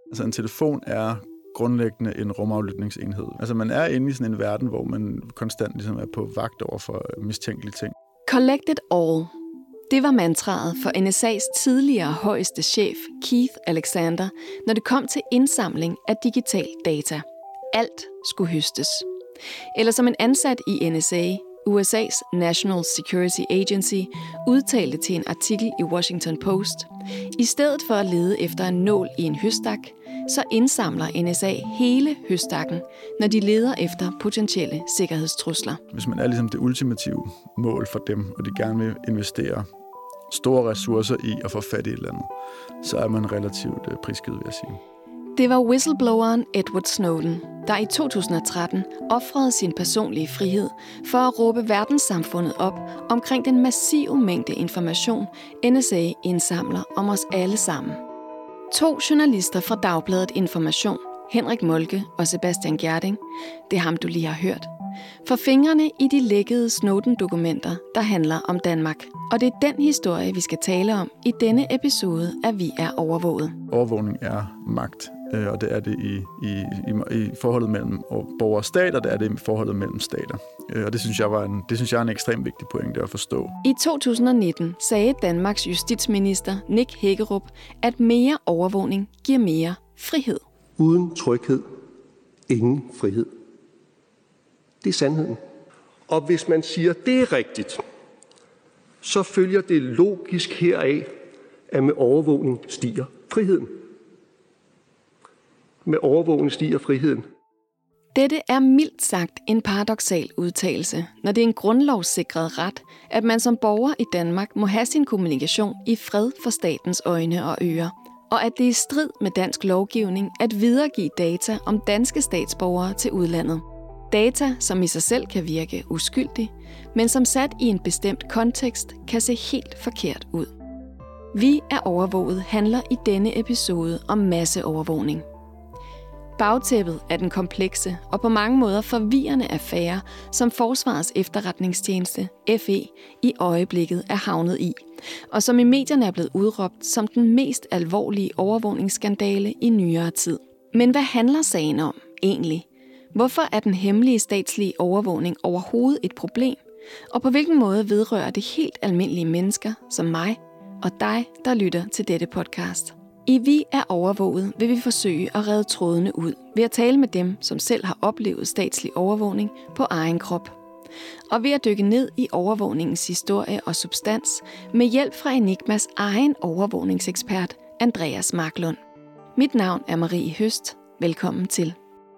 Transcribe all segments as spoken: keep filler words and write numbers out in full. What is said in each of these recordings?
Altså en telefon er grundlæggende en rumaflytningsenhed. Altså man er inde i sådan en verden, hvor man konstant ligesom er på vagt over for mistænkelige ting. Collect it all. Det var mantraet for N S A's tidligere højeste chef, Keith Alexander, når det kom til indsamling af digital data. Alt skulle høstes. Eller som en ansat i N S A, U S A's National Security Agency, udtalte til en artikel i Washington Post, i stedet for at lede efter en nål i en høstak, så indsamler N S A hele høstakken, når de leder efter potentielle sikkerhedstrusler. Hvis man er ligesom det ultimative mål for dem, og de gerne vil investere store ressourcer i at få fat i et eller andet, så er man relativt prisgivet, vil jeg sige. Det var whistlebloweren Edward Snowden, der i to tusind og tretten ofrede sin personlige frihed for at råbe verdenssamfundet op omkring den massive mængde information, N S A indsamler om os alle sammen. To journalister fra Dagbladet Information, Henrik Moltke og Sebastian Gjerding, det er ham, du lige har hørt, får fingrene i de lækkede Snowden-dokumenter, der handler om Danmark. Og det er den historie, vi skal tale om i denne episode af Vi er overvåget. Overvågning er magt, og det er det i, i, i, i forholdet mellem borgere og stater, det er det i forholdet mellem stater. Og det synes jeg var en, det synes jeg er en ekstremt vigtig pointe at forstå. I to tusind og nitten sagde Danmarks justitsminister Nick Hækkerup, at mere overvågning giver mere frihed. Uden tryghed, ingen frihed. Det er sandheden. Og hvis man siger, at det er rigtigt, så følger det logisk heraf, at med overvågning stiger friheden. Med overvågning stiger friheden. Dette er mildt sagt en paradoksal udtalelse, når det er en grundlovssikret ret, at man som borger i Danmark må have sin kommunikation i fred for statens øjne og ører, og at det er i strid med dansk lovgivning at videregive data om danske statsborgere til udlandet. Data, som i sig selv kan virke uskyldig, men som sat i en bestemt kontekst kan se helt forkert ud. Vi er overvåget handler i denne episode om masseovervågning. Bagtæppet er den komplekse og på mange måder forvirrende affære, som Forsvarets Efterretningstjeneste, F E, i øjeblikket er havnet i, og som i medierne er blevet udråbt som den mest alvorlige overvågningsskandale i nyere tid. Men hvad handler sagen om egentlig? Hvorfor er den hemmelige statslige overvågning overhovedet et problem? Og på hvilken måde vedrører det helt almindelige mennesker som mig og dig, der lytter til dette podcast? I Vi er overvåget vil vi forsøge at redde trådene ud ved at tale med dem, som selv har oplevet statslig overvågning på egen krop. Og ved at dykke ned i overvågningens historie og substans med hjælp fra Enigmas egen overvågningsekspert, Andreas Marklund. Mit navn er Marie Høst. Velkommen til.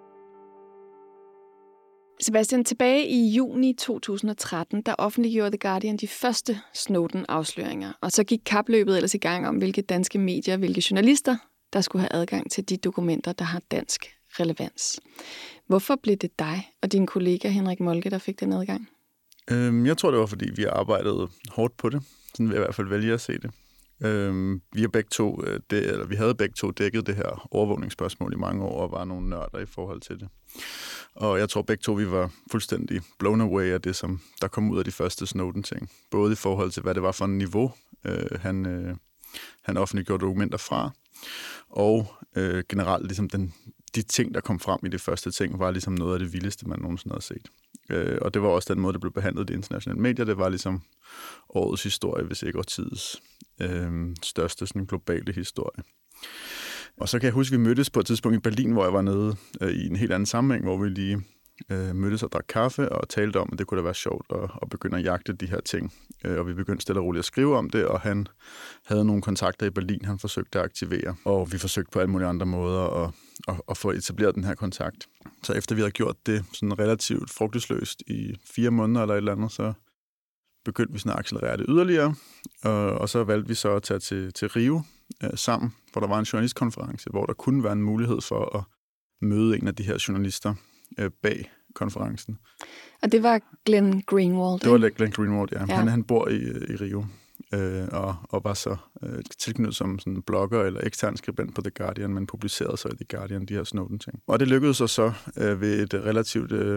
Sebastian, tilbage i juni to tusind og tretten, der offentliggjorde The Guardian de første Snowden-afsløringer. Og så gik kapløbet ellers i gang om, hvilke danske medier, hvilke journalister, der skulle have adgang til de dokumenter, der har dansk relevans. Hvorfor blev det dig og din kollega Henrik Moltke, der fik den adgang? Øhm, jeg tror, det var, fordi vi arbejdede hårdt på det. Sådan vil jeg i hvert fald vælge at se det. Øhm, vi, har begge to, det, eller vi havde begge to dækket det her overvågningsspørgsmål i mange år, og var nogle nørder i forhold til det. Og jeg tror begge to, vi var fuldstændig blown away af det, som der kom ud af de første Snowden-ting. Både i forhold til, hvad det var for en niveau, øh, han, øh, han offentliggjorde dokumenter fra, og øh, generelt ligesom den, de ting, der kom frem i de første ting, var ligesom noget af det vildeste, man nogensinde havde set. Øh, og det var også den måde, det blev behandlet i de internationale medier. Det var ligesom årets historie, hvis ikke årtidets øh, største sådan, globale historie. Og så kan jeg huske, at vi mødtes på et tidspunkt i Berlin, hvor jeg var nede øh, i en helt anden sammenhæng, hvor vi lige øh, mødtes og drak kaffe og talte om, at det kunne da være sjovt at, at begynde at jagte de her ting. Øh, og vi begyndte stille og roligt at skrive om det, og han havde nogle kontakter i Berlin, han forsøgte at aktivere. Og vi forsøgte på alle mulige andre måder at, at, at få etableret den her kontakt. Så efter vi havde gjort det sådan relativt frugtesløst i fire måneder eller et eller andet, så begyndte vi sådan at accelerere det yderligere. Og, og så valgte vi så at tage til, til Rio øh, sammen, hvor der var en journalistkonference, hvor der kunne være en mulighed for at møde en af de her journalister øh, bag konferencen. Og det var Glenn Greenwald? Det var Glenn Greenwald, ja. ja. Han, han bor i, i Rio øh, og, og var så øh, tilknyttet som sådan blogger eller ekstern skribent på The Guardian, men publicerede så i The Guardian de her Snowden-ting. Og det lykkedes så, så øh, ved et relativt øh,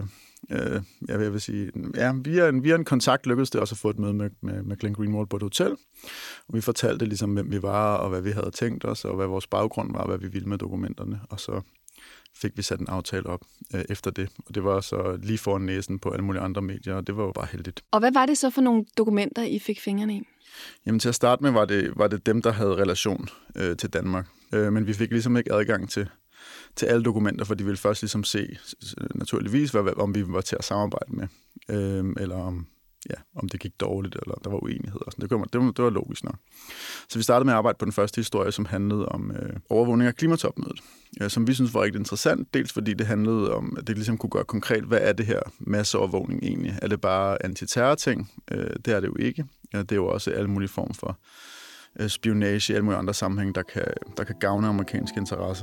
Øh, jeg vil sige, ja, via en, via en kontakt lykkedes det også at få et møde med, med, med Glenn Greenwald på et hotel. Og vi fortalte ligesom, hvem vi var, og hvad vi havde tænkt os, og hvad vores baggrund var, og hvad vi ville med dokumenterne. Og så fik vi sat en aftale op øh, efter det. Og det var så lige foran næsen på alle mulige andre medier, og det var jo bare heldigt. Og hvad var det så for nogle dokumenter, I fik fingrene i? Jamen til at starte med var det, var det dem, der havde relation øh, til Danmark. Øh, men vi fik ligesom ikke adgang til, til alle dokumenter, for de ville først ligesom se naturligvis, hvad, om vi var til at samarbejde med, øh, eller om, ja, om det gik dårligt, eller der var uenighed. Og sådan. Det, det, var, det var logisk nok. Så vi startede med at arbejde på den første historie, som handlede om øh, overvågning af klimatopmødet, øh, som vi synes var rigtig interessant, dels fordi det handlede om, at det ligesom kunne gøre konkret, hvad er det her masseovervågning egentlig? Er det bare antiterror-ting? Øh, det er det jo ikke. Ja, det er jo også alle mulige former for øh, spionage i alle mulige andre sammenhæng, der kan, der kan gavne amerikanske interesser.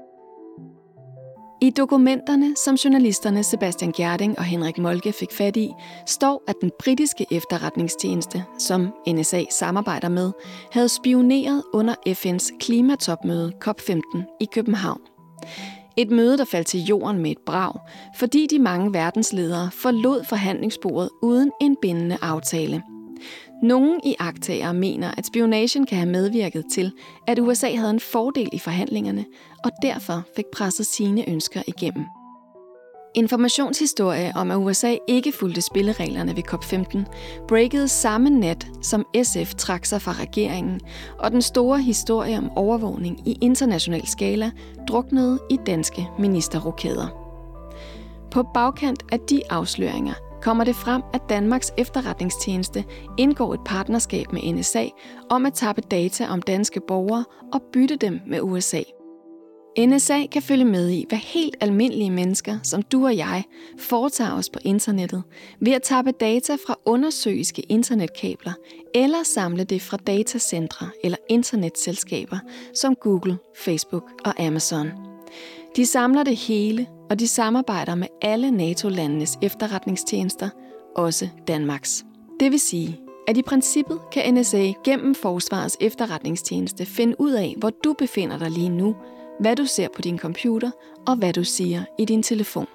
I dokumenterne, som journalisterne Sebastian Gjerding og Henrik Moltke fik fat i, står, at den britiske efterretningstjeneste, som N S A samarbejder med, havde spioneret under F N's klimatopmøde COP femten i København. Et møde, der faldt til jorden med et brag, fordi de mange verdensledere forlod forhandlingsbordet uden en bindende aftale. Nogle iagttagere mener, at spionagen kan have medvirket til, at U S A havde en fordel i forhandlingerne, og derfor fik presset sine ønsker igennem. Informationshistorie om, at U S A ikke fulgte spillereglerne ved COP femten, breakede samme nat, som S F trak sig fra regeringen, og den store historie om overvågning i international skala druknede i danske ministerrokader. På bagkant af de afsløringer kommer det frem, at Danmarks efterretningstjeneste indgår et partnerskab med N S A om at tappe data om danske borgere og bytte dem med U S A. N S A kan følge med i, hvad helt almindelige mennesker, som du og jeg, foretager os på internettet ved at tappe data fra undersøiske internetkabler eller samle det fra datacentre eller internetselskaber som Google, Facebook og Amazon. De samler det hele, og de samarbejder med alle NATO-landenes efterretningstjenester, også Danmarks. Det vil sige, at i princippet kan N S A gennem Forsvarets efterretningstjeneste finde ud af, hvor du befinder dig lige nu, hvad du ser på din computer og hvad du siger i din telefon.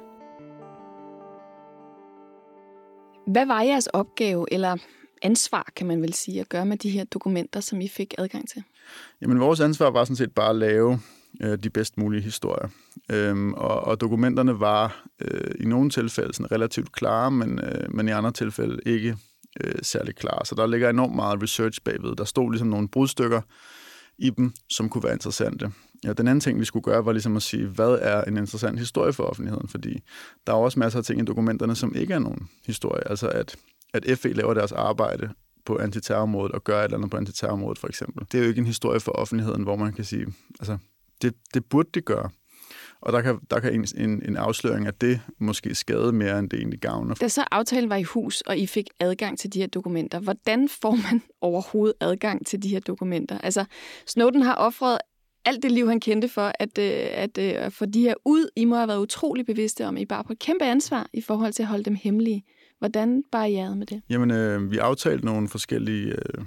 Hvad var jeres opgave, eller ansvar, kan man vel sige, at gøre med de her dokumenter, som I fik adgang til? Jamen, vores ansvar var sådan set bare at lave øh, de bedst mulige historier. Øhm, og, og dokumenterne var øh, i nogle tilfælde sådan relativt klare, men, øh, men i andre tilfælde ikke øh, særlig klare. Så der ligger enormt meget research bagved. Der stod ligesom nogle brudstykker i dem, som kunne være interessante. Ja, den anden ting, vi skulle gøre, var ligesom at sige, hvad er en interessant historie for offentligheden? Fordi der er også masser af ting i dokumenterne, som ikke er nogen historie. Altså at, at F E laver deres arbejde på antiterrorområdet og gør et eller andet på antiterrorområdet, for eksempel. Det er jo ikke en historie for offentligheden, hvor man kan sige, altså, det, det burde det gøre. Og der kan, der kan en, en, en afsløring af det måske skade mere, end det egentlig gavner. Da så aftalen var i hus, og I fik adgang til de her dokumenter, hvordan får man overhovedet adgang til de her dokumenter? Altså, Snowden har offret alt det liv, han kendte for at, at, at få de her ud. I må have været utrolig bevidste om, I bare på et kæmpe ansvar i forhold til at holde dem hemmelige. Hvordan bar I ad med det? Jamen, øh, vi aftalte nogle forskellige øh,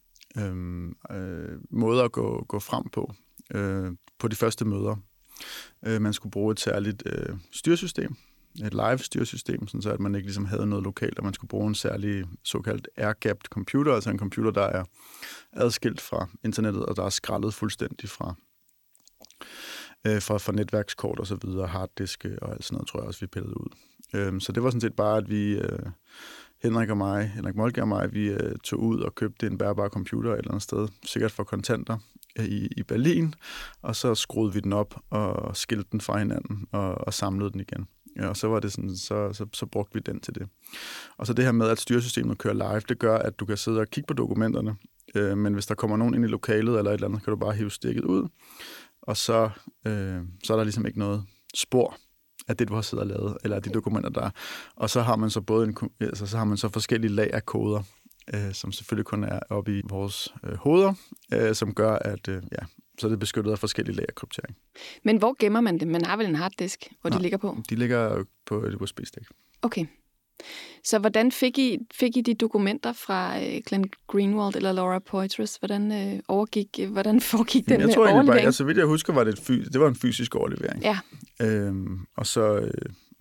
øh, måder at gå, gå frem på, øh, på de første møder. Øh, man skulle bruge et særligt øh, styresystem, et live-styresystem, sådan så at man ikke ligesom havde noget lokalt, og man skulle bruge en særlig såkaldt air-gapped computer, altså en computer, der er adskilt fra internettet, og der er skrællet fuldstændig fra, øh, fra, fra netværkskort og så videre, harddiske og alt sådan noget, tror jeg også, vi pillede ud. Øh, så det var sådan set bare, at vi, øh, Henrik og mig, Henrik Moltke og mig, vi øh, tog ud og købte en bærbar computer et eller andet sted, sikkert for kontanter, i, i Berlin, og så skruede vi den op og skilte den fra hinanden og, og samlede den igen. Ja, og så var det sådan, så, så, så brugte vi den til det. Og så det her med, at styresystemet kører live, det gør, at du kan sidde og kigge på dokumenterne, øh, men hvis der kommer nogen ind i lokalet eller et eller andet, kan du bare hive stikket ud, og så, øh, så er der ligesom ikke noget spor af det, du har siddet og lavet, eller af de dokumenter, der er. Og så har man så både en, altså, så har man så forskellige lag af koder, øh, som selvfølgelig kun er oppe i vores øh, hoveder, øh, som gør, at øh, ja, så er det beskyttet af forskellige lag af kryptering. Men hvor gemmer man det? Man har vel en harddisk, hvor Nej, de ligger på? De ligger på et U S B-stik. Okay. Så hvordan fik I, fik I de dokumenter fra øh, Glenn Greenwald eller Laura Poitras? Hvordan øh, overgik, hvordan foregik den jeg tror overlevering? Bare, altså, så vidt jeg husker, var det, et fys- det var en fysisk overlevering. Ja. Øhm, og så, øh,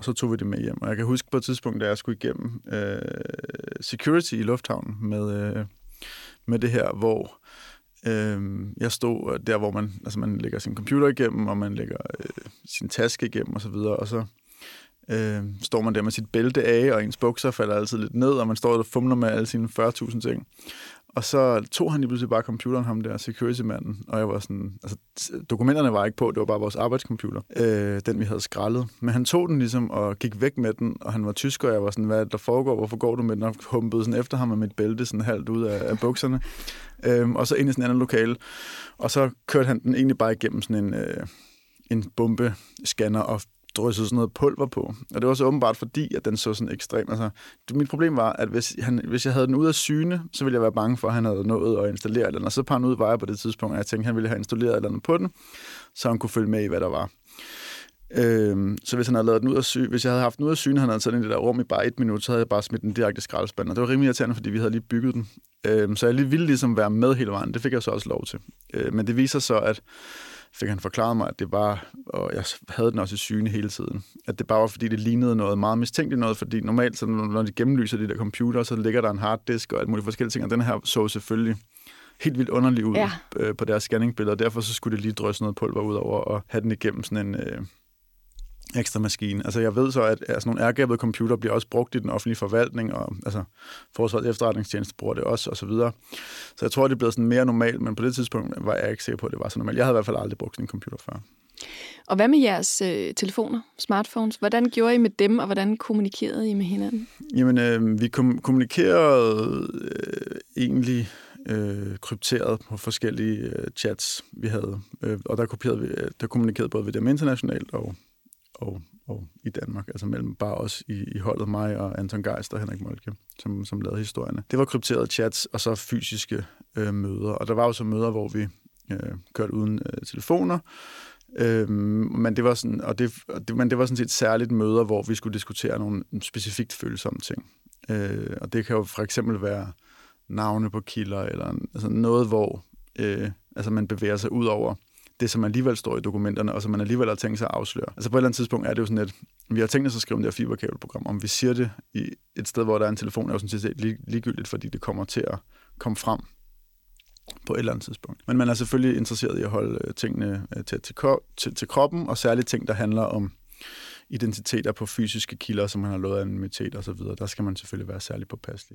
og så tog vi det med hjem. Og jeg kan huske på et tidspunkt, da jeg skulle igennem øh, security i lufthavnen med, øh, med det her, hvor øh, jeg stod der, hvor man, altså man lægger sin computer igennem, og man lægger øh, sin taske igennem, og så videre, og så øh, står man der med sit bælte af, og ens bukser falder altid lidt ned, og man står og fumler med alle sine fyrre tusind ting. Og så tog han lige pludselig bare computeren, ham der security-manden, og jeg var sådan, altså dokumenterne var ikke på, det var bare vores arbejdscomputer, øh, den vi havde skrællet. Men han tog den ligesom og gik væk med den, og han var tysker, og jeg var sådan, hvad er det, der foregår, hvorfor går du med den, og humpede sådan efter ham med mit bælte sådan halvt ud af, af bukserne, øh, og så ind i sådan en anden lokale. Og så kørte han den egentlig bare igennem sådan en, øh, en bombescanner og dryssede sådan noget pulver på. Og det var så åbenbart fordi, at den så sådan ekstrem. Altså, mit problem var, at hvis, han, hvis jeg havde den ude af syne, så ville jeg være bange for, at han havde nået at installere den. Og så paranoid var jeg på det tidspunkt, at jeg tænkte, at han ville have installeret et eller andet på den, så han kunne følge med i, hvad der var. Øhm, så hvis han havde lavet den ud af syne, hvis jeg havde haft den ud af syne, han havde taget den i det der rum i bare et minut, så havde jeg bare smidt den direkte i skraldespanden. Og det var rimelig irriterende, fordi vi havde lige bygget den. Øhm, så jeg lige ville ligesom være med hele vejen. Det fik jeg så også lov til. Øhm, men det viser så, at fik han forklaret mig, at det var, og jeg havde den også i syne hele tiden, at det bare var, fordi det lignede noget meget mistænkeligt noget, fordi normalt, så når de gennemlyser de der computer, så ligger der en harddisk og alt muligt forskellige ting, og den her så selvfølgelig helt vildt underlig ud ja. øh, på deres scanningbilleder, og derfor så skulle det lige drysse noget pulver ud over og have den igennem sådan en øh, ekstra maskine. Altså jeg ved så, at altså, nogle airgappede computer bliver også brugt i den offentlige forvaltning, og altså Forsvarets Efterretningstjeneste bruger det også, og så videre. Så jeg tror, det er blevet sådan mere normalt, men på det tidspunkt var jeg ikke sikker på, at det var så normalt. Jeg havde i hvert fald aldrig brugt sådan en computer før. Og hvad med jeres øh, telefoner, smartphones? Hvordan gjorde I med dem, og hvordan kommunikerede I med hinanden? Jamen, øh, vi kom- kommunikerede øh, egentlig øh, krypteret på forskellige øh, chats, vi havde. Øh, og der, kopierede vi, der kommunikerede både ved dem internationalt og Og, og i Danmark, altså mellem bare os i, i holdet, mig og Anton Geist og Henrik Moltke, som, som lavede historierne. Det var krypterede chats og så fysiske øh, møder, og der var jo så møder, hvor vi øh, kørte uden øh, telefoner, øh, men, det var sådan, og det, det, men det var sådan set særligt møder, hvor vi skulle diskutere nogle specifikt følsomme ting. Øh, og det kan jo for eksempel være navne på kilder, eller altså noget, hvor øh, altså man bevæger sig ud over det, som alligevel står i dokumenterne, og som man alligevel har tænkt sig at afsløre. Altså på et eller andet tidspunkt er det jo sådan, at vi har tænkt os at skrive det her fiberkabelprogram. Om vi siger det i et sted, hvor der er en telefon, er jo sådan set lig- ligegyldigt, fordi det kommer til at komme frem på et eller andet tidspunkt. Men man er selvfølgelig interesseret i at holde tingene til, til, til, til kroppen, og særligt ting, der handler om identiteter på fysiske kilder, som man har lovet anonymitet og så videre. Der skal man selvfølgelig være særligt påpasselig.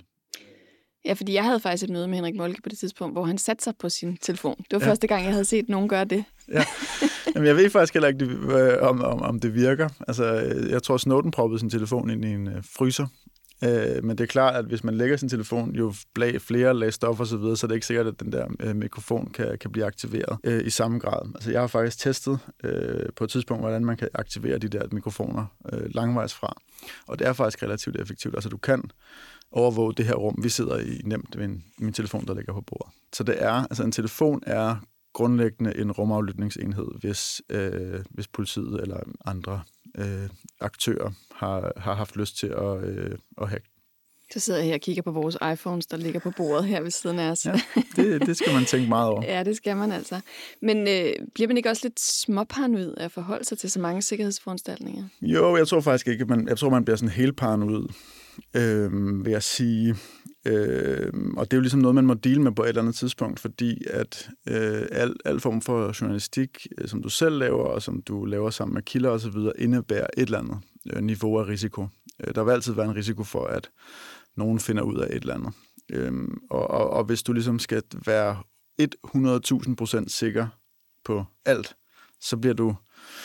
Ja, fordi jeg havde faktisk et møde med Henrik Moltke på det tidspunkt, hvor han satte sig på sin telefon. Det var ja. første gang, jeg havde set nogen gøre det. Ja. Jamen, jeg ved faktisk heller ikke, det, om, om, om det virker. Altså, jeg tror, Snowden proppede sin telefon ind i en øh, fryser. Øh, men det er klart, at hvis man lægger sin telefon jo flere lag stof og så videre, så er det ikke sikkert, at den der øh, mikrofon kan, kan blive aktiveret øh, i samme grad. Altså, jeg har faktisk testet øh, på et tidspunkt, hvordan man kan aktivere de der mikrofoner øh, langvejs fra. Og det er faktisk relativt effektivt. Altså, du kan overvåge det her rum, vi sidder i nemt med min, min telefon, der ligger på bordet. Så det er, altså en telefon er grundlæggende en rumaflytningsenhed, hvis, øh, hvis politiet eller andre øh, aktører har, har haft lyst til at, øh, at hacke. Så sidder jeg her og kigger på vores iPhones, der ligger på bordet her ved siden af os. Ja, det, det skal man tænke meget over. Ja, det skal man altså. Men øh, bliver man ikke også lidt småparanoid af at forholde sig til så mange sikkerhedsforanstaltninger? Jo, jeg tror faktisk ikke. Man, jeg tror, man bliver sådan helt paranoid, øh, vil jeg sige. Øh, og det er jo ligesom noget, man må deale med på et eller andet tidspunkt, fordi at øh, al, al form for journalistik, øh, som du selv laver, og som du laver sammen med kilder og så videre, indebærer et eller andet øh, niveau af risiko. Øh, der vil altid være en risiko for, at nogen finder ud af et eller andet. Øh, og, og, og hvis du ligesom skal være hundrede tusind procent sikker på alt, så bliver du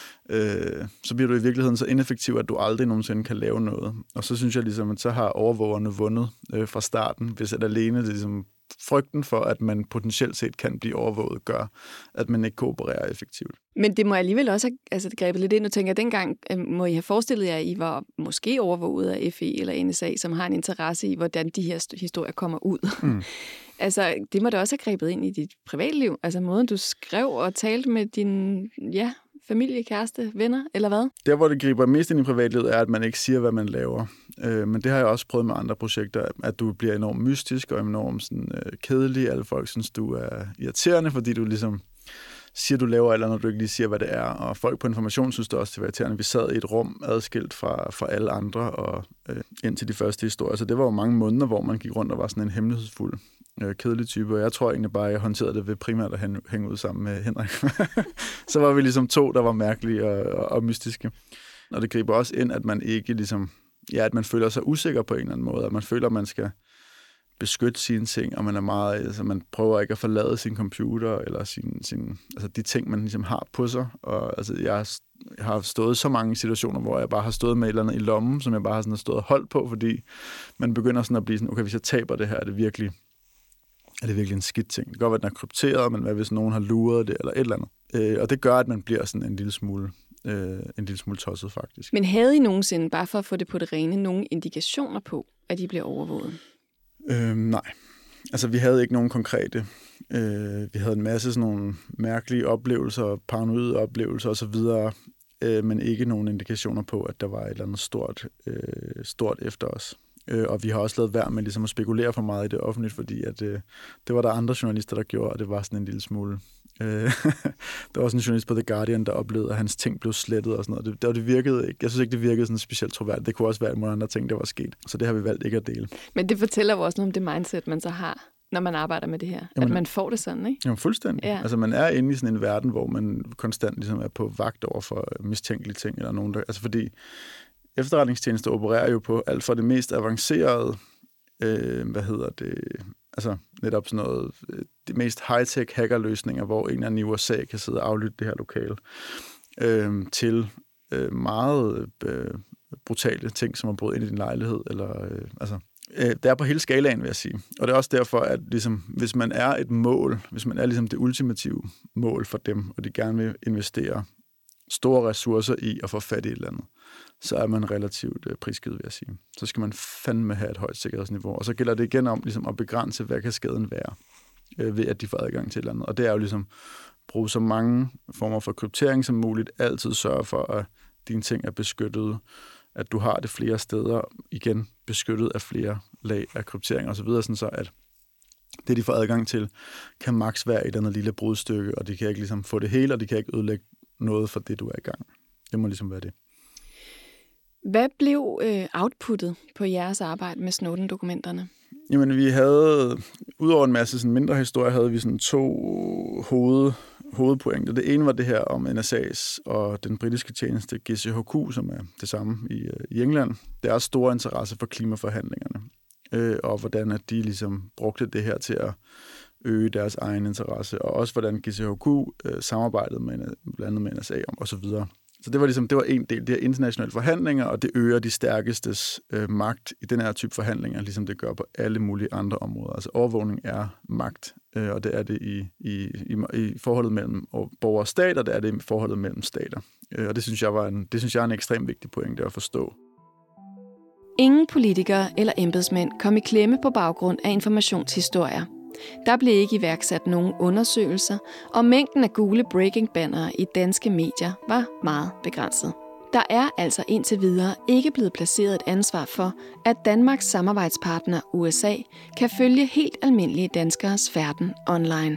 Øh, så bliver du i virkeligheden så ineffektiv, at du aldrig nogensinde kan lave noget. Og så synes jeg ligesom, at så har overvågerne vundet øh, fra starten, hvis at alene det ligesom frygten for, at man potentielt set kan blive overvåget, gør, at man ikke koopererer effektivt. Men det må alligevel også have altså, grebet lidt ind. Nu tænker jeg, dengang må I have forestillet jer, at I var måske overvåget af F E eller N S A, som har en interesse i, hvordan de her historier kommer ud. Mm. Altså, det må da også have grebet ind i dit privatliv. Altså, måden du skrev og talte med din, ja, familie, kæreste, venner, eller hvad? Der, hvor det griber mest ind i privatlivet, er, at man ikke siger, hvad man laver. Øh, men det har jeg også prøvet med andre projekter, at du bliver enormt mystisk og enormt sådan, øh, kedelig. Alle folk synes, du er irriterende, fordi du ligesom siger, du laver eller når du ikke lige siger, hvad det er. Og folk på Information synes det også, det var irriterende. Vi sad i et rum adskilt fra, fra alle andre og øh, ind til de første historier. Så det var jo mange måneder, hvor man gik rundt og var sådan en hemmelighedsfuld, øh, kedelig type. Og jeg tror egentlig bare, at jeg håndterede det ved primært at hænge ud sammen med Henrik. Så var vi ligesom to, der var mærkelige og, og, og mystiske. Og det griber også ind, at man ikke ligesom, ja, at man føler sig usikker på en eller anden måde. At man føler, at man skal beskytte sine ting, og man er meget, altså man prøver ikke at forlade sin computer, eller sin, sin, altså de ting, man ligesom har på sig. Og altså, jeg har stået så mange situationer, hvor jeg bare har stået med et eller andet i lommen, som jeg bare har sådan stået og holdt på, fordi man begynder sådan at blive sådan, okay, hvis jeg taber det her, er det virkelig, er det virkelig en skidt ting. Det kan godt være, at den er krypteret, men hvad hvis nogen har luret det, eller et eller andet. Øh, og det gør, at man bliver sådan en lille smule, øh, en lille smule tosset, faktisk. Men havde I nogensinde, bare for at få det på det rene, nogle indikationer på, at I bliver overvåget? Øhm, nej. Altså, vi havde ikke nogen konkrete. Øh, vi havde en masse sådan nogle mærkelige oplevelser, paranoide oplevelser osv., øh, men ikke nogen indikationer på, at der var et eller andet stort, øh, stort efter os. Øh, og vi har også lavet værd med ligesom at spekulere for meget i det offentligt, fordi at, øh, det var der andre journalister, der gjorde, og det var sådan en lille smule. Øh, der var også en journalist på The Guardian, der oplevede, at hans ting blev slettet og sådan noget. Det, det, det virkede ikke. Jeg synes ikke, det virkede sådan specielt troværdigt. Det kunne også være nogle andre ting, der var sket. Så det har vi valgt ikke at dele. Men det fortæller jo også noget om det mindset, man så har, når man arbejder med det her. Jamen, at man får det sådan, ikke? Jamen fuldstændig. Ja. Altså man er inde i sådan en verden, hvor man konstant ligesom er på vagt over for mistænkelige ting, eller nogen der, altså fordi efterretningstjenester opererer jo på alt fra det mest avancerede, øh, hvad hedder det, altså netop sådan noget, de mest high-tech hackerløsninger, hvor en eller anden i U S A kan sidde og aflytte det her lokale, øh, til øh, meget øh, brutale ting, som at bryde ind i din lejlighed, eller øh, altså, øh, det er på hele skalaen, vil jeg sige. Og det er også derfor, at ligesom, hvis man er et mål, hvis man er ligesom det ultimative mål for dem, og de gerne vil investere store ressourcer i at få fat i et eller andet, så er man relativt øh, prisgivet, vil jeg sige. Så skal man fandme have et højt sikkerhedsniveau. Og så gælder det igen om ligesom, at begrænse, hvad kan skaden være, øh, ved at de får adgang til et eller andet. Og det er jo ligesom bruge så mange former for kryptering som muligt. Altid sørge for, at dine ting er beskyttet, at du har det flere steder, igen beskyttet af flere lag af kryptering osv., sådan så at det, de får adgang til, kan maks være et eller andet lille brudstykke, og de kan ikke ligesom få det hele, og de kan ikke ødelægge noget for det, du er i gang. Det må ligesom være det. Hvad blev øh, outputtet på jeres arbejde med Snowden-dokumenterne? Jamen, vi havde, udover en masse sådan mindre historier, havde vi sådan to hoved, hovedpointer. Det ene var det her om N S A's og den britiske tjeneste G C H Q, som er det samme i, i England. Deres store interesse for klimaforhandlingerne, øh, og hvordan at de ligesom brugte det her til at øge deres egen interesse, og også hvordan G C H Q øh, samarbejdede med, blandt andet med N S A om, og så videre. Så det var ligesom, det var en del, det her internationale forhandlinger, og det øger de stærkestes øh, magt i den her type forhandlinger, ligesom det gør på alle mulige andre områder. Altså overvågning er magt, øh, og det er det i, i, i, i forholdet mellem borgere og stater, det er det i forholdet mellem stater. Øh, og det synes jeg var en, det synes jeg er en ekstremt vigtig pointe at forstå. Ingen politikere eller embedsmænd kom i klemme på baggrund af informationshistorier. Der blev ikke iværksat nogen undersøgelser, og mængden af gule breaking-bannere i danske medier var meget begrænset. Der er altså indtil videre ikke blevet placeret et ansvar for, at Danmarks samarbejdspartner U S A kan følge helt almindelige danskeres færden online.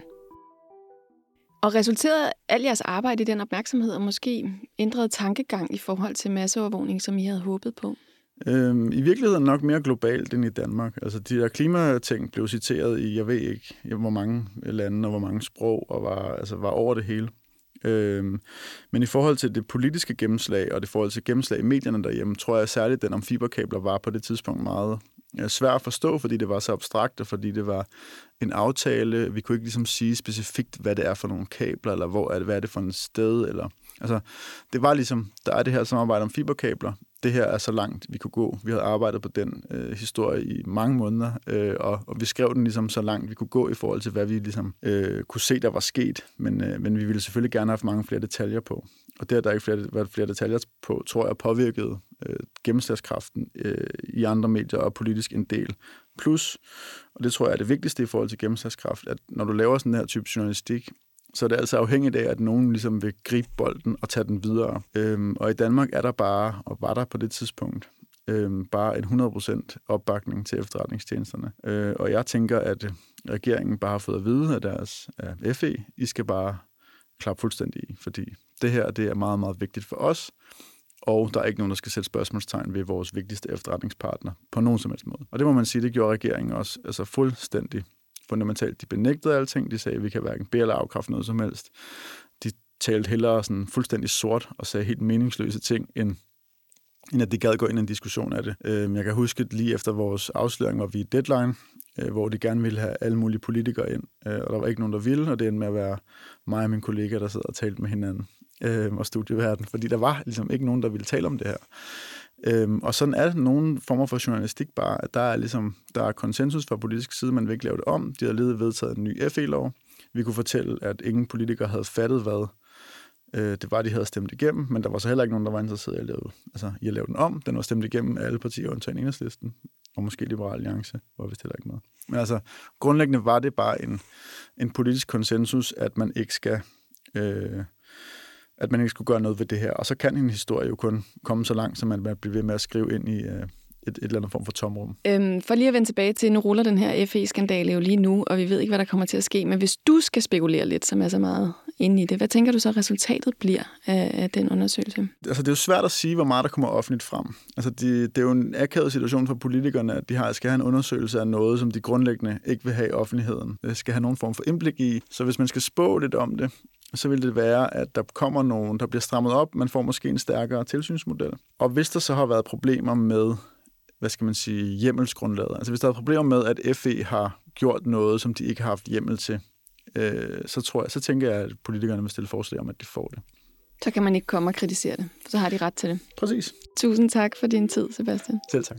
Og resulterede al jeres arbejde i den opmærksomhed og måske ændrede tankegang i forhold til masseovervågning, som I havde håbet på? Øhm, I virkeligheden nok mere globalt end i Danmark. Altså de der klimating blev citeret i, jeg ved ikke, hvor mange lande og hvor mange sprog, og var, altså, var over det hele. Øhm, men i forhold til det politiske gennemslag, og det forhold til gennemslag i medierne derhjemme, tror jeg særligt, den om fiberkabler var på det tidspunkt meget ja, svært at forstå, fordi det var så abstrakt, og fordi det var en aftale. Vi kunne ikke ligesom sige specifikt, hvad det er for nogle kabler, eller hvor er det, hvad er det for et sted, eller altså, det var ligesom, der er det her samarbejde om fiberkabler. Det her er så langt, vi kunne gå. Vi havde arbejdet på den øh, historie i mange måneder, øh, og, og vi skrev den ligesom så langt, vi kunne gå i forhold til, hvad vi ligesom øh, kunne se, der var sket. Men, øh, men vi ville selvfølgelig gerne have haft mange flere detaljer på. Og det, at der ikke flere, været flere detaljer på, tror jeg påvirkede øh, gennemslagskraften øh, i andre medier og politisk en del. Plus, og det tror jeg er det vigtigste i forhold til gennemslagskraft, at når du laver sådan her type journalistik, så er det altså afhængigt af, at nogen ligesom vil gribe bolden og tage den videre. Øhm, og i Danmark er der bare, og var der på det tidspunkt, øhm, bare en hundrede procent opbakning til efterretningstjenesterne. Øh, og jeg tænker, at regeringen bare har fået at vide af deres af F E, I skal bare klappe fuldstændig i, fordi det her det er meget, meget vigtigt for os, og der er ikke nogen, der skal sætte spørgsmålstegn ved vores vigtigste efterretningspartner på nogen som helst måde. Og det må man sige, det gjorde regeringen også altså fuldstændig fundamentalt. De benægtede alting, de sagde, at vi kan hverken bede eller afkræfte noget som helst. De talte hellere sådan fuldstændig sort og sagde helt meningsløse ting, end, end at de gad gå ind i en diskussion af det. Jeg kan huske, at lige efter vores afsløring var vi i Deadline, hvor de gerne ville have alle mulige politikere ind, og der var ikke nogen, der ville, og det endte med at være mig og min kollega, der sidder og talte med hinanden og studieverden, fordi der var ligesom ikke nogen, der ville tale om det her. Øhm, og sådan er nogle former for journalistik bare, at der er ligesom der er konsensus fra politisk side, man vil ikke lave det om. De havde ledet vedtaget en ny F E-lov. Vi kunne fortælle, at ingen politikere havde fattet, hvad øh, det var, de havde stemt igennem, men der var så heller ikke nogen, der var interesseret i at lave, altså, i at lave den om. Den var stemt igennem af alle partier, undtagen Enhedslisten, og måske Liberal Alliance, var vist heller ikke noget. Men altså, grundlæggende var det bare en, en politisk konsensus, at man ikke skal... Øh, at man ikke skulle gøre noget ved det her. Og så kan en historie jo kun komme så langt, så man bliver ved med at skrive ind i øh, et, et eller andet form for tomrum. Øhm, for lige at vende tilbage til, nu ruller den her F E-skandale jo lige nu, og vi ved ikke, hvad der kommer til at ske. Men hvis du skal spekulere lidt, som er så meget inde i det, hvad tænker du så, resultatet bliver af, af den undersøgelse? Altså, det er jo svært at sige, hvor meget der kommer offentligt frem. Altså, de, det er jo en akavet situation for politikerne, at de har, skal have en undersøgelse af noget, som de grundlæggende ikke vil have i offentligheden. Det skal have nogen form for indblik i. Så hvis man skal spå lidt om det, så vil det være, at der kommer nogen, der bliver strammet op, man får måske en stærkere tilsynsmodel. Og hvis der så har været problemer med, hvad skal man sige, hjemmelsgrundlaget, altså hvis der er problemer med, at F E har gjort noget, som de ikke har haft hjemmel til, øh, så tror jeg, så tænker jeg, at politikerne vil stille forslag om, at de får det. Så kan man ikke komme og kritisere det, for så har de ret til det. Præcis. Tusind tak for din tid, Sebastian. Selv tak.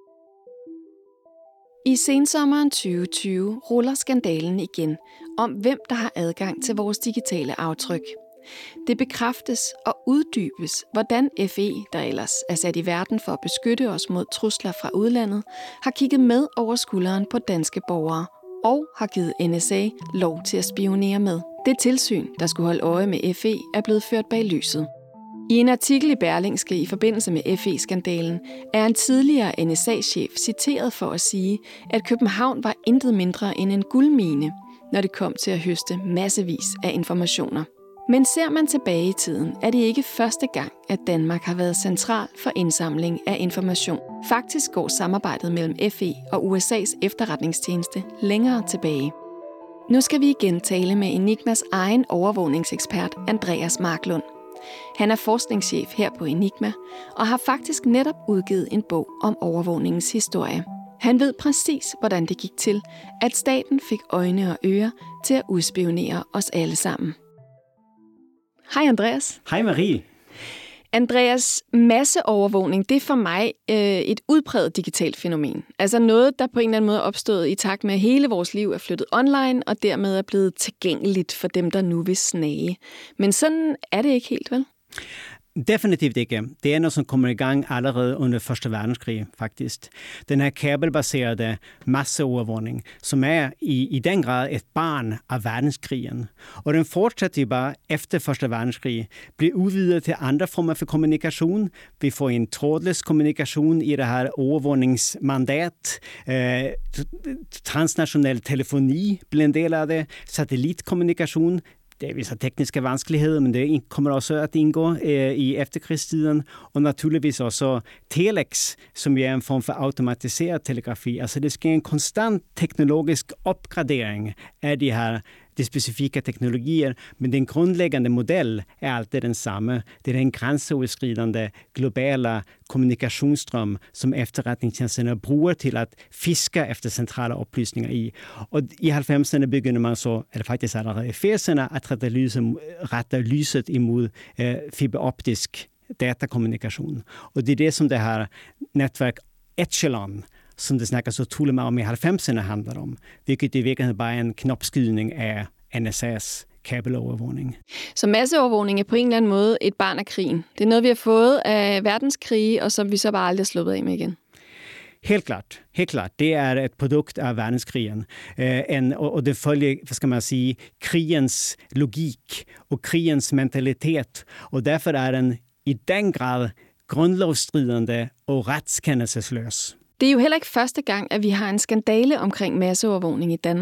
I sensommeren tyve tyve ruller skandalen igen om, hvem der har adgang til vores digitale aftryk. Det bekræftes og uddybes, hvordan F E, der ellers er sat i verden for at beskytte os mod trusler fra udlandet, har kigget med over skulderen på danske borgere og har givet N S A lov til at spionere med. Det tilsyn, der skulle holde øje med F E, er blevet ført bag lyset. I en artikel i Berlingske i forbindelse med F E-skandalen er en tidligere N S A-chef citeret for at sige, at København var intet mindre end en guldmine, når det kom til at høste massevis af informationer. Men ser man tilbage i tiden, er det ikke første gang, at Danmark har været central for indsamling af information. Faktisk går samarbejdet mellem F E og U S A's efterretningstjeneste længere tilbage. Nu skal vi igen tale med Enigmas egen overvågningsekspert, Andreas Marklund. Han er forskningschef her på Enigma og har faktisk netop udgivet en bog om overvågningens historie. Han ved præcis, hvordan det gik til, at staten fik øjne og ører til at udspionere os alle sammen. Hej Andreas. Hej Marie. Andreas, masseovervågning, det er for mig øh, et udpræget digitalt fænomen. Altså noget, der på en eller anden måde er opstået i takt med, at hele vores liv er flyttet online, og dermed er blevet tilgængeligt for dem, der nu vil snage. Men sådan er det ikke helt, vel? Definitivt ikke. Det er noget, som kommer i gang allerede under første verdenskrig, faktisk. Den her kabelbaserede masseovervågning, som er i, i den grad et barn af verdenskrigen. Og den fortsætter bare efter første verdenskrig, bliver udvidet til andre former for kommunikation. Vi får en trådløs kommunikation i det her overvågningsmandat. Eh, transnationell telefoni bliver en del af det. Satellitkommunikation. Det er vissa tekniska vanskeligheder, men det kommer også at indgå eh, i efterkrigstiden. Og naturligvis også telex, som er en form for automatiseret telegrafi. Altså det sker en konstant teknologisk opgradering af de her de specifika teknologier, men den grundläggande modell är alltid densamma. Det är en gränsöverskridande globala kommunikationsström som efterretningstjänsterna bruger till att fiska efter centrala upplysningar i. Och i halvfemserne begynder man så, eller faktiskt allerede i firserne, att rätta lyset, rätta lyset emot eh, fiberoptisk datakommunikation. Och det är det som det här nätverk Echelon som det snackas så otroligt meget om i halvfemserne handler om, hvilket i virkeligheden bare er en knopskydning af N S A's kabelovervågning. Så masseovervågning er på en eller anden måde et barn af krigen. Det er noget, vi har fået af verdenskrige, og som vi så bare aldrig har sluppet af med igen. Helt klart, helt klart. Det er et produkt af verdenskrigen. Eh, en, og, og det følger, hvad skal man sige, krigens logik og krigens mentalitet. Og derfor er den i den grad grundlovsstridende og retskendelseslæs. Det er jo heller ikke første gang, at vi har en skandale omkring masseovervågning i Danmark.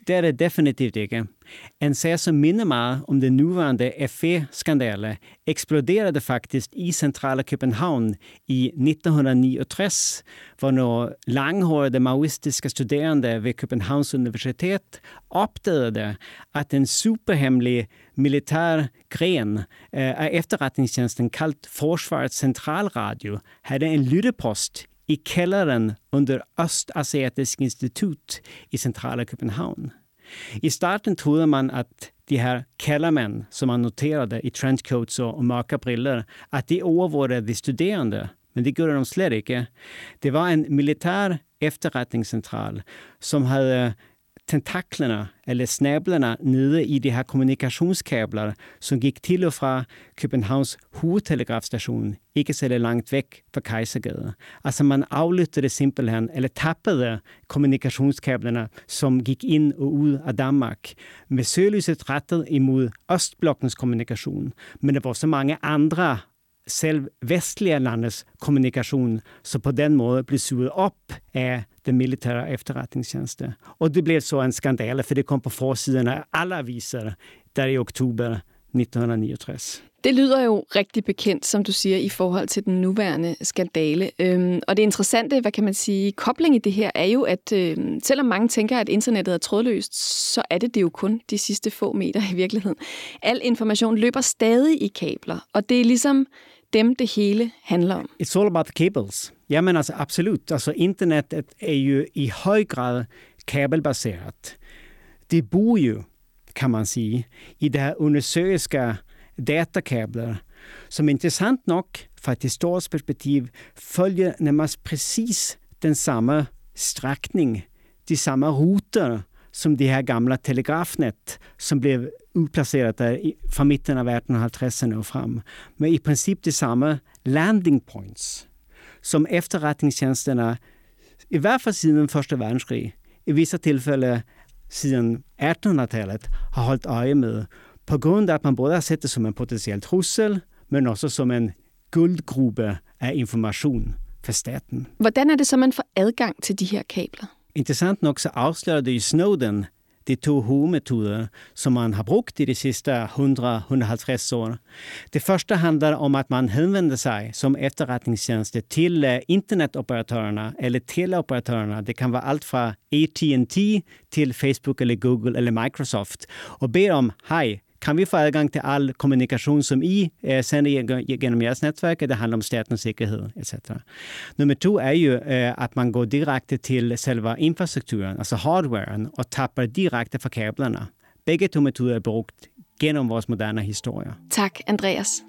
det er det definitivt ikke. En sag som minder meget om den nuvarande F E-skandalen eksploderede faktisk i centrala København i nitten niogtres, hvor nogle langhårede maoistiske studerende ved Københavns Universitet opdagede, at en superhemlig militær gren af efterretningstjenesten kaldt Forsvarets Centralradio havde en lyttepost i kælderen under Østasiatisk Institut i centrala København. I starten troede man, at de her kældermænd, som man noterede i trenchcoats og mørke briller, at de overvågede de studerende, men det gjorde de slet ikke. Det var en militær efterretningscentral, som havde tentaklerna eller snablarna nede i de här kommunikationskablar som gick till och fra Københavns hovedtelegrafstation, ikke så langt væk fra Kejsergade. Altså man aflyttede simpelthen, eller tappede kommunikationskablarna som gik ind og ud af Danmark, med søgelyset rettet imod Østblokkens kommunikation. Men der var så mange andre selv vestlige landes kommunikation, så på den måde blev suget op af den militære efterretningstjeneste. Og det blev så en skandal, for det kom på forsiden af alle aviser der i oktober nitten niogtres. Det lyder jo rigtig bekendt, som du siger, i forhold til den nuværende skandale. Øhm, og det interessante, hvad kan man sige, kobling i det her, er jo, at øhm, selvom mange tænker, at internettet er trådløst, så er det det jo kun de sidste få meter i virkeligheden. Al information løber stadig i kabler, og det er ligesom dem, det hele handler om. It's all about the cables. Jamen altså absolut. Altså internettet er jo i høj grad kabelbaseret. Det bor jo, kan man sige, i det her undersøgelske datakabler, som interessant nok fra et historisk perspektiv følger nærmest præcis den samme strækning, de samme ruter, som de her gamle telegrafnet, som blev udplaceret der fra midten af atten halvtredserne og frem. Men i princip de samme landing points, som efterretningstjenesterne, i hvert fald siden første verdenskrig, i visse tilfælde siden attenhundredetallet, har holdt øje med, på grund af at man både har sett det som en potentiell trussel, men også som en guldgruppe af information for staten. Hvordan er det så, man får adgang til de her kabler? Interessant nok så afslørede i Snowden de to hovedmetoder, som man har brugt i de sidste hundrede til hundrede og halvtreds år. Det første handler om, at man henvender sig som efterretningstjeneste til internetoperatørerne eller teleoperatørerne. Det kan være alt fra A T and T til Facebook eller Google eller Microsoft. Og beder om, hej, kan vi få adgang til al kommunikation, som I eh, sender gennem jeres netværk? Det handler om statens sikkerhed, et cetera. Nummer to er jo, eh, at man går direkte til selve infrastrukturen, altså hardwaren, og tapper direkte fra kablerne. Begge to metoder er brugt gennem vores moderne historie. Tak, Andreas.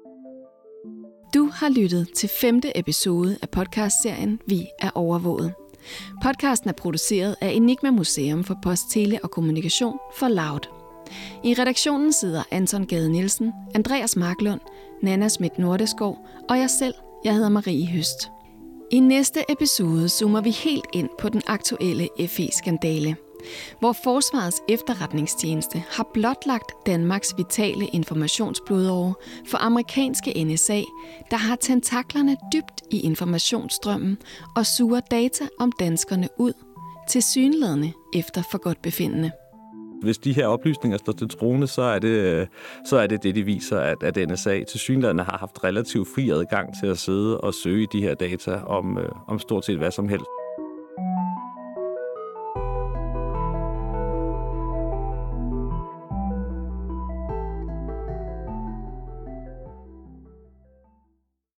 Du har lyttet til femte episode af podcastserien Vi er overvåget. Podcasten er produceret af Enigma Museum for Post, Tele og Kommunikation for Loud. I redaktionen sidder Anton Gade Nielsen, Andreas Marklund, Nana Schmidt Nordeskov og jeg selv, jeg hedder Marie Høst. I næste episode zoomer vi helt ind på den aktuelle F E-skandale, hvor Forsvarets efterretningstjeneste har blotlagt Danmarks vitale informationsblodåre for amerikanske N S A, der har tentaklerne dybt i informationsstrømmen og suger data om danskerne ud, tilsyneladende efter forgodtbefindende. Hvis de her oplysninger står til troende, så er det så er det, det de viser, at, at N S A tilsyneladende har haft relativt fri adgang til at sidde og søge de her data om, om stort set hvad som helst.